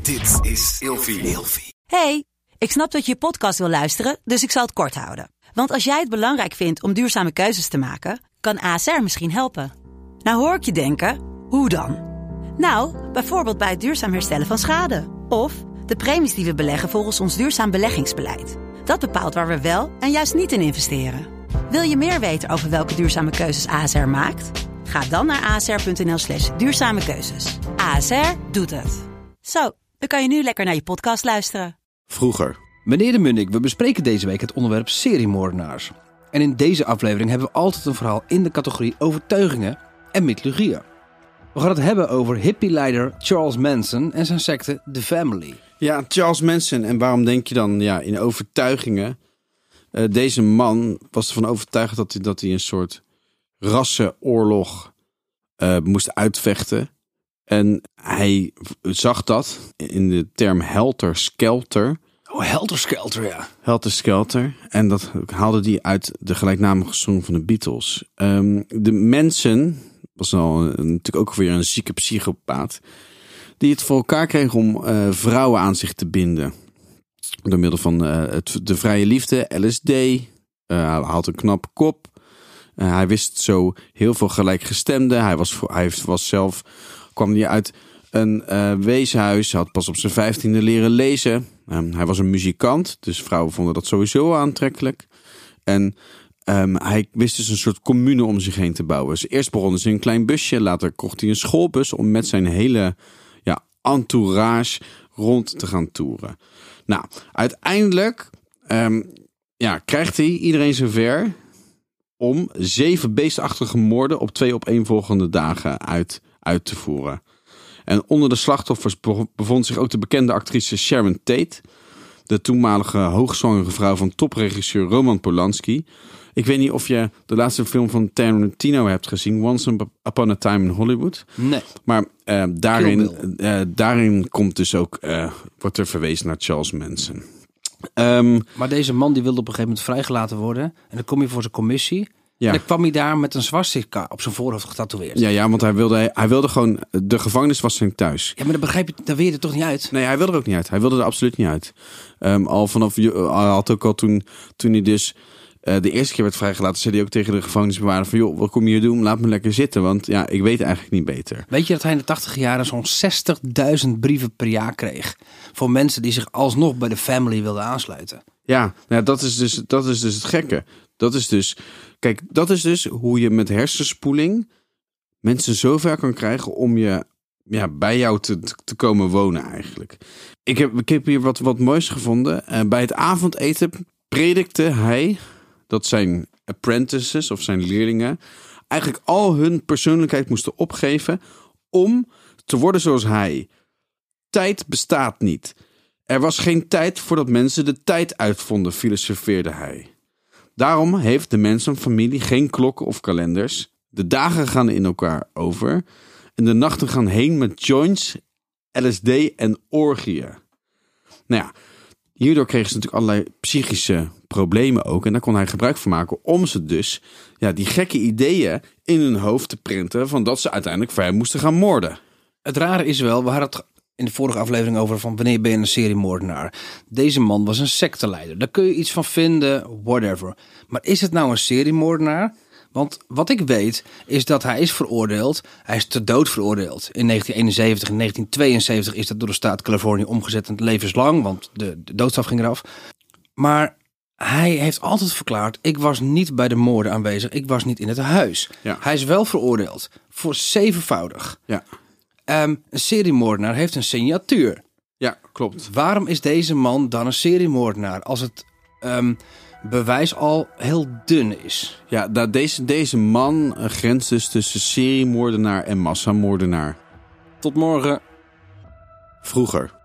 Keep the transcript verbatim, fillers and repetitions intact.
Dit is Ilfie. Hey, ik snap dat je je podcast wil luisteren, dus ik zal het kort houden. Want als jij het belangrijk vindt om duurzame keuzes te maken, kan A S R misschien helpen. Nou hoor ik je denken, hoe dan? Nou, bijvoorbeeld bij het duurzaam herstellen van schade. Of de premies die we beleggen volgens ons duurzaam beleggingsbeleid. Dat bepaalt waar we wel en juist niet in investeren. Wil je meer weten over welke duurzame keuzes A S R maakt? Ga dan naar asr.nl slash duurzame keuzes. A S R doet het. Zo, dan kan je nu lekker naar je podcast luisteren. Vroeger. Meneer de Munnik, we bespreken deze week het onderwerp seriemoordenaars. En in deze aflevering hebben we altijd een verhaal in de categorie overtuigingen en mythologieën. We gaan het hebben over hippie-leider Charles Manson en zijn secte The Family. Ja, Charles Manson. En waarom denk je dan ja, in overtuigingen? Uh, deze man was ervan overtuigd dat hij, dat hij een soort rassenoorlog uh, moest uitvechten. En hij zag dat in de term helter-skelter. Oh, helter-skelter, ja. Helter-skelter. En dat haalde hij uit de gelijknamige song van de Beatles. Um, de Manson was al een, natuurlijk ook weer een zieke psychopaat. Die het voor elkaar kreeg om uh, vrouwen aan zich te binden. Door middel van uh, het, de vrije liefde, L S D. Uh, hij had een knappe kop. Uh, hij wist zo heel veel gelijkgestemden. Hij was, hij was zelf, kwam hij uit een uh, weeshuis. Hij had pas op zijn vijftiende leren lezen. Um, hij was een muzikant, dus vrouwen vonden dat sowieso aantrekkelijk. En um, hij wist dus een soort commune om zich heen te bouwen. Dus eerst begonnen ze in een klein busje. Later kocht hij een schoolbus om met zijn hele ja, entourage rond te gaan toeren. Nou, uiteindelijk um, ja, krijgt hij iedereen zover om zeven beestachtige moorden op twee opeenvolgende dagen uit, uit te voeren. En onder de slachtoffers bevond zich ook de bekende actrice Sharon Tate, de toenmalige hoogzwangere vrouw van topregisseur Roman Polanski. Ik weet niet of je de laatste film van Tarantino hebt gezien, Once Upon a Time in Hollywood. Nee. Maar uh, daarin, uh, daarin komt dus ook, uh, wordt er verwezen naar Charles Manson. Um, maar deze man die wilde op een gegeven moment vrijgelaten worden. En dan kom je voor zijn commissie. Ja. En dan kwam hij daar met een swastika op zijn voorhoofd getatoeëerd. Ja, ja, want hij wilde, hij wilde gewoon... De gevangenis was zijn thuis. Ja, maar dan begrijp je, daar wil je er toch niet uit? Nee, hij wilde er ook niet uit. Hij wilde er absoluut niet uit. Um, al vanaf... Hij had ook al toen, toen hij dus... Uh, de eerste keer werd vrijgelaten, zei hij ook tegen de gevangenisbewaarder van... joh, wat kom je hier doen? Laat me lekker zitten, want ja, ik weet eigenlijk niet beter. Weet je dat hij in de tachtig jaren zo'n zestigduizend brieven per jaar kreeg... voor mensen die zich alsnog bij de Family wilden aansluiten? Ja, nou, dat is dus, dat is dus het gekke. Dat is dus... Kijk, dat is dus hoe je met hersenspoeling mensen zover kan krijgen om je ja, bij jou te, te komen wonen eigenlijk. Ik heb, ik heb hier wat, wat moois gevonden. Uh, bij het avondeten predikte hij dat zijn apprentices of zijn leerlingen eigenlijk al hun persoonlijkheid moesten opgeven om te worden zoals hij. Tijd bestaat niet. Er was geen tijd voordat mensen de tijd uitvonden, filosofeerde hij. Daarom heeft de Manson-familie geen klokken of kalenders. De dagen gaan in elkaar over. En de nachten gaan heen met joints, L S D en orgieën. Nou ja, hierdoor kregen ze natuurlijk allerlei psychische problemen ook. En daar kon hij gebruik van maken om ze dus ja, die gekke ideeën in hun hoofd te printen van dat ze uiteindelijk voor hem moesten gaan moorden. Het rare is wel, we hadden het in de vorige aflevering over van wanneer ben je een seriemoordenaar. Deze man was een secteleider. Daar kun je iets van vinden, whatever. Maar is het nou een seriemoordenaar? Want wat ik weet is dat hij is veroordeeld. Hij is ter dood veroordeeld. In negentien eenenzeventig en negentien tweeënzeventig is dat door de staat Californië omgezet en levenslang. Want de, de doodstraf ging eraf. Maar hij heeft altijd verklaard, ik was niet bij de moorden aanwezig. Ik was niet in het huis. Ja. Hij is wel veroordeeld voor zevenvoudig. Ja. Um, een seriemoordenaar heeft een signatuur. Ja, klopt. Waarom is deze man dan een seriemoordenaar als het um, bewijs al heel dun is? Ja, dat deze, deze man grenst dus tussen seriemoordenaar en massamoordenaar. Tot morgen. Vroeger.